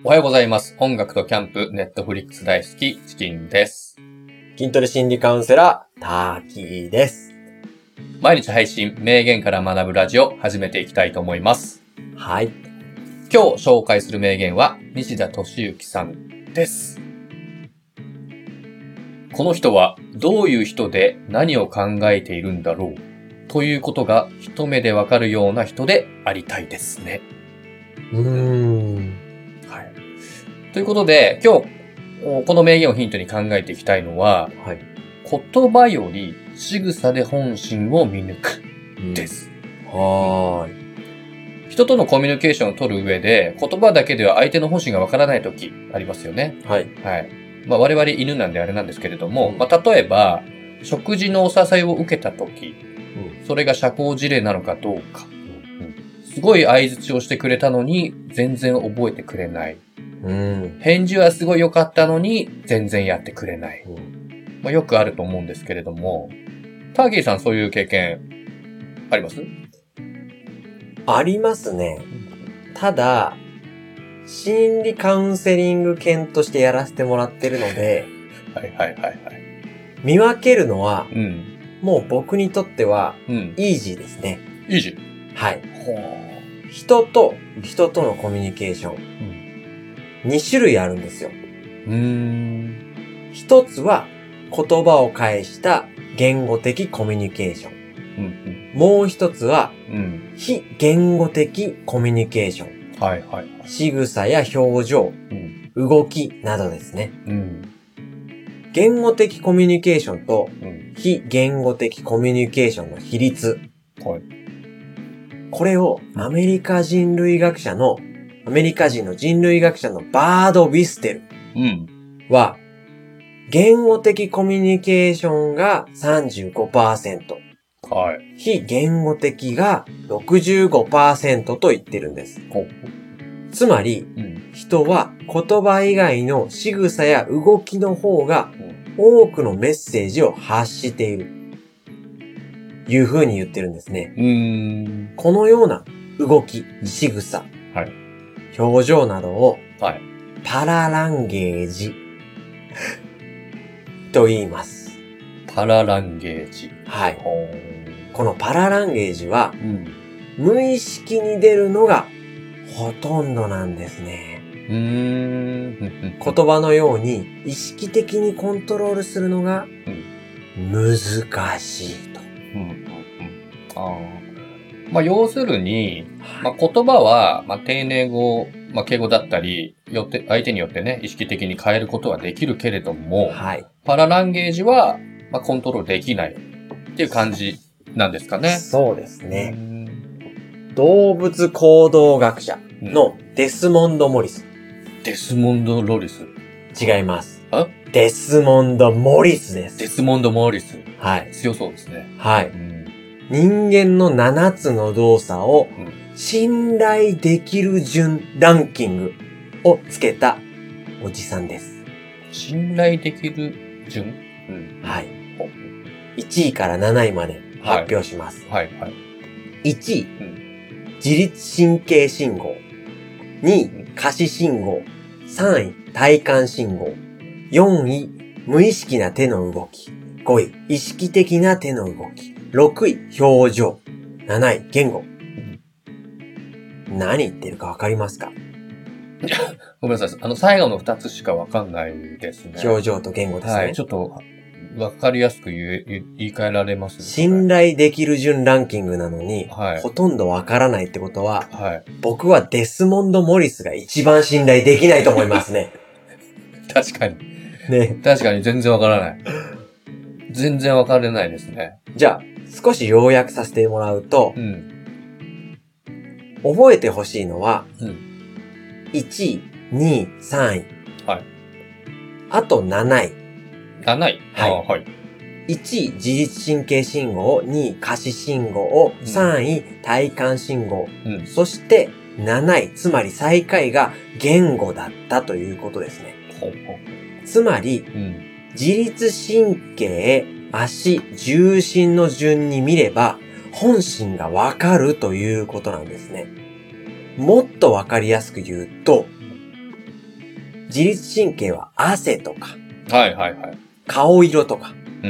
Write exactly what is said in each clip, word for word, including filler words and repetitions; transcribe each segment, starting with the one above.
おはようございます。音楽とキャンプ、ネットフリックス大好き、チキンです。 筋トレ心理カウンセラー、ターキーです。 毎日配信、名言から学ぶラジオ、始めていきたいと思います。 はい。 今日紹介する名言は、西田敏行さんです。この人はどういう人で何を考えているんだろうということが一目でわかるような人でありたいですね。 うーん。 はい。ということで、今日、この名言をヒントに考えていきたいのは、 はい。 言葉より仕草で本心を見抜くです。 はーい。人とのコミュニケーションを取る上で、言葉だけでは相手の本心がわからないときありますよね。 はい。 はい。まあ我々犬なんであれなんですけれども、まあ例えば、食事のお誘いを受けたとき、うん、それが社交辞令なのかどうか、うん、すごい相槌をしてくれたのに全然覚えてくれない。うん、返事はすごい良かったのに全然やってくれない。うん、まあよくあると思うんですけれども、ターキーさんそういう経験あります？ ありますね。ただ、心理カウンセリング犬としてやらせてもらってるので、 はいはいはいはい。 見分けるのは、 うん、もう僕にとっては、うん、イージーですね。 イージー？ はい。ほう。人と人とのコミュニケーション。うん、に種類あるんですよ。うーん。一つは言葉を介した言語的コミュニケーション。うんうん、もう一つは、うん、非言語的コミュニケーション。はいはいはい、仕草や表情、うん、動きなどですね。うん、言語的コミュニケーションと、うん、非言語的コミュニケーションの比率。はい、これをアメリカ人類学者の、アメリカ人の人類学者のバード・ウィステルは、うん、言語的コミュニケーションが さんじゅうごパーセント、はい、非言語的が ろくじゅうごパーセント と言ってるんです。つまり、うん、人は言葉以外の仕草や動きの方が多くのメッセージを発している。いう風に言ってるんですね。うーん、このような動き、仕草、はい、表情などを、はい、パラランゲージと言います。 パラランゲージ。 はい。このパラランゲージは、うん、無意識に出るのがほとんどなんですね。うーん言葉のように意識的にコントロールするのが難しいと。うんうんうん、 あまあ、要するに、まあ、言葉は、まあ、丁寧語、まあ、敬語だったり、よって、相手によってね、意識的に変えることはできるけれども、はい、パラランゲージは、まあ、コントロールできないっていう感じなんですかね。 そうですね。動物行動学者のデスモンド・モリス。 うん、デスモンド・ロリス？ 違います。デスモンド・モリスです。 デスモンド・モリス。 はい。 強そうですね。 はい。うん、人間のななつの動作を信頼できる順ランキングをつけたおじさんです。 信頼できる順？ うん、はい。いちいからなないまで発表します。はい、はい、はい。いちい、うん、自律神経信号。にい、下肢信号。さんい、体感信号。よんい、無意識な手の動き。ごい、意識的な手の動き。ろくい、表情。なない、言語。うん、何言ってるかわかりますか？ ごめんなさい。あの、最後のふたつしかわかんないですね。 表情と言語ですね。 はい。ちょっと、わかりやすく言え、言い換えられます？ 信頼できる順ランキングなのに、はい、ほとんどわからないってことは、はい、僕はデスモンド・モリスが一番信頼できないと思いますね。 確かに。ね。確かに全然わからない。全然わからないですね。 じゃあ、少し要約させてもらうと、うん、覚えてほしいのは、うん、いちい、にい、さんい。はい。あとなない。 なない？はい。はい。 いちい、自律神経信号。にい、下肢信号。うん、さんい、体感信号。うん、そして、なない、つまり最下位が言語だったということですね。ほうほう。つまり、うん、自律神経、足、重心の順に見れば、本心がわかるということなんですね。もっとわかりやすく言うと、 自律神経は汗とか、 はいはいはい。 顔色とか、 うん。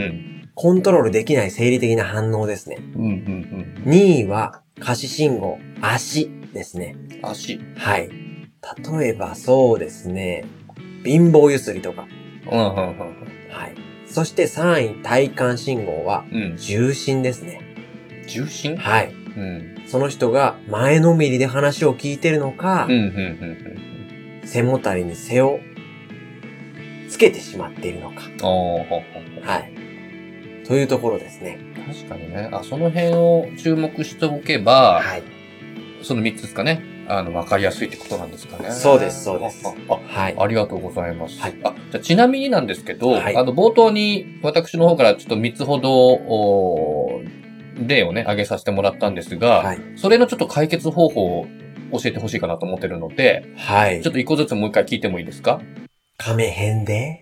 コントロールできない生理的な反応ですね。 うんうんにいは下肢信号、足ですね。 うん。足。 はい。例えばそうですね、貧乏ゆすりとか。 うんうんうん。 はい。そしてさんい体感信号はうん。 重心ですね。 重心？ はい。 うん。 その人が前のめりで話を聞いてるのか、 うんうんうん背もたれに背をつけてしまっているのか。 うん。ああ、ほうほうほう。 はい。というところですね。 確かにね。あ、その辺を注目しておけば、 はい。 そのみっつですかね。あの、わかりやすいってことなんですかね。 そうですそうですあ、あ、 はい。 ありがとうございます。 はいあ、じゃあちなみになんですけど、 はいあの、冒頭に私の方からちょっとみっつほど、お例をね、挙げさせてもらったんですが、 はい。 それのちょっと解決方法を教えてほしいかなと思ってるので、 はいちょっ。と一個ずつもう一回聞いてもいいですか？ 噛めへんで。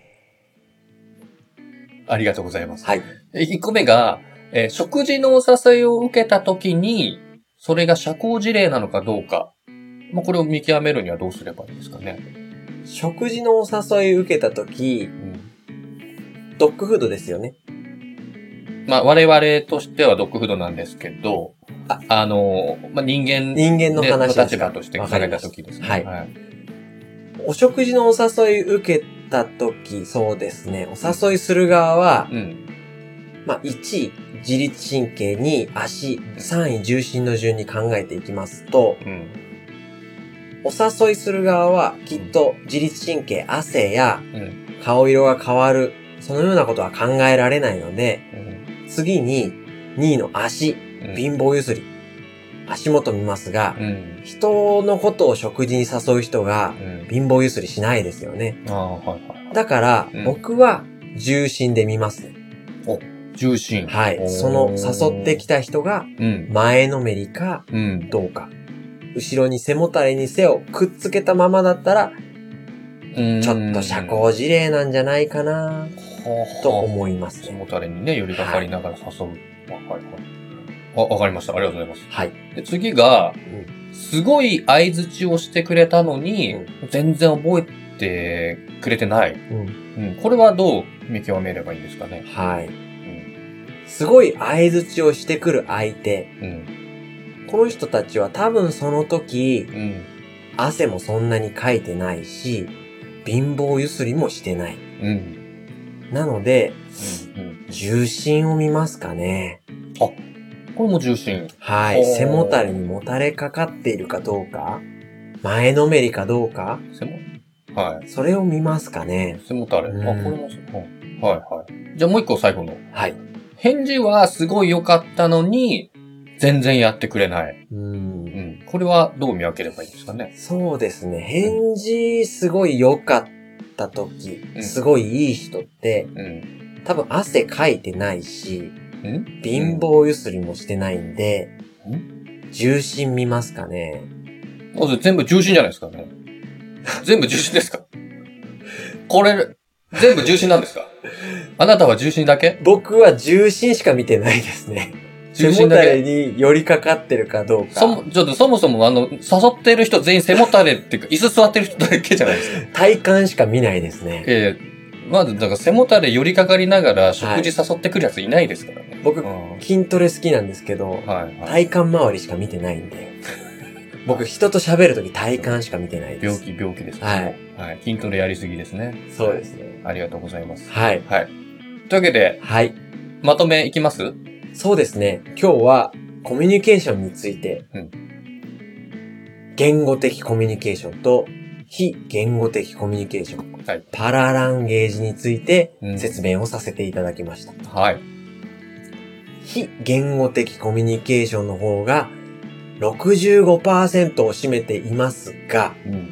ありがとうございます。 はい。 一個目が、えー食事のお誘いを受けたときに、それが社交辞令なのかどうか。まあ、これを見極めるにはどうすればいいんですかね。 食事のお誘い受けたとき、 うん、 ドッグフードですよね。 まあ、我々としてはドッグフードなんですけど、 あ、 あの、まあ、人間人間の話です立か。 場として考えたときですね。 はいはい。 お食事のお誘い受けたとき、そうですね。お誘いする側は、 うん。 まあ、いちい、自律神経、にい、足、さんい、重心の順に考えていきますと、 うん。 お誘いする側は、きっと自律神経、汗やうん。 顔色が変わる、そのようなことは考えられないので、 うん。 次に、にいの足、 うん。 貧乏ゆすり、足元見ますが、 うん。 人のことを食事に誘う人が、 うん。 貧乏ゆすりしないですよね。 ああ、はいはい。 だから、 うん僕は重心で見ますね。 重心。 はい。その誘ってきた人がうん。 前のめりかうん。 どうか。後ろに背もたれに背をくっつけたままだったら、 うん。 ちょっと社交辞令なんじゃないかなと思いますね。 背もたれにね、寄りかかりながら誘う。はいはい。あ、わかりました。ありがとうございます。 はい。 で、次が、 うんすごい相槌をしてくれたのに、 う全然覚えてくれてない。 うんうん。これはどう見極めればいいんですかね。 はい。 うん。 すごい相槌をしてくる相手。 うん。 この人たちは多分その時、 うん。 汗もそんなにかいてないし、貧乏ゆすりもしてない。 うん。 なので、 うん。うん。 重心を見ますかね。 あ、これも重心。 はい。 おー背もたれにもたれかかっているかどうか、前のめりかどうか、 背もはい。 それを見ますかね。 背もたれ。あ、 うんこれもそう。はいはい。じゃあもう一個最後の。 はい。 返事はすごい良かったのに、全然やってくれない。 う。 うんん。これはどう見分ければいいんですかね。 そうですね。返事すごい良かった時、 うんすごいいい人って、 うん。 多分汗かいてないし、 ん貧乏ゆすりもしてないんで、 ん重心見ますかね。 あ、それ全部重心じゃないですかね。全部重心ですか？これ、全部重心なんですか？あなたは重心だけ？ 僕は重心しか見てないですね。背重心だもたれけ？ に寄りかかってるかどうか。 そも、ちょっとそもそもあの、誘ってる人全員背もたれっていうか、椅子座ってる人だけじゃないですか。 体感しか見ないですね。 ええまず、だから背もたれ寄りかかりながら食事誘ってくるやついないですからね。 僕うん筋トレ好きなんですけど、 はいはい。 体幹周りしか見てないんで。僕人と喋るとき体幹しか見てないです。 病気、病気ですね。 はい。 はい。筋トレやりすぎですね。 そうですね。 ありがとうございます。 はい。 はい。というわけで、 はい。 まとめいきます？ そうですね。今日はコミュニケーションについて、 うん言語的コミュニケーションと非言語的コミュニケーション、 はいパラランゲージについてうん説明をさせていただきました。 はい。 非言語的コミュニケーションの方が ろくじゅうごパーセント を占めていますが、 うん。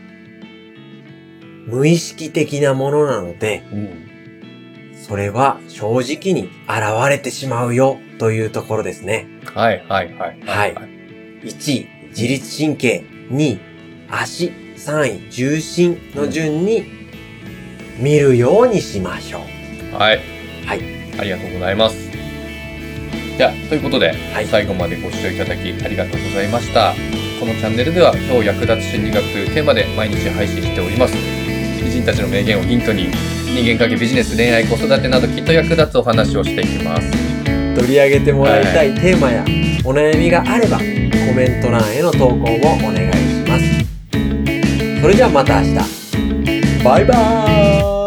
無意識的なものなので、 うん。 それは正直に現れてしまうよというところですね。 はい、はい、はい。 はいいちい、自律神経。にい、足。さんい、重心の順に見るようにしましょう。 はい。 はい。 ありがとうございます。じゃあ、ということで、 はい最後までご視聴いただきありがとうございました。このチャンネルでは、今日役立つ心理学というテーマで毎日配信しております。 偉人たちの名言をヒントに人間関係、ビジネス、恋愛、子育てなどきっと役立つお話をしていきます。 取り上げてもらいたいテーマやお悩みがあればコメント欄への投稿をお願いします。それじゃあまた明日。バイバーイ。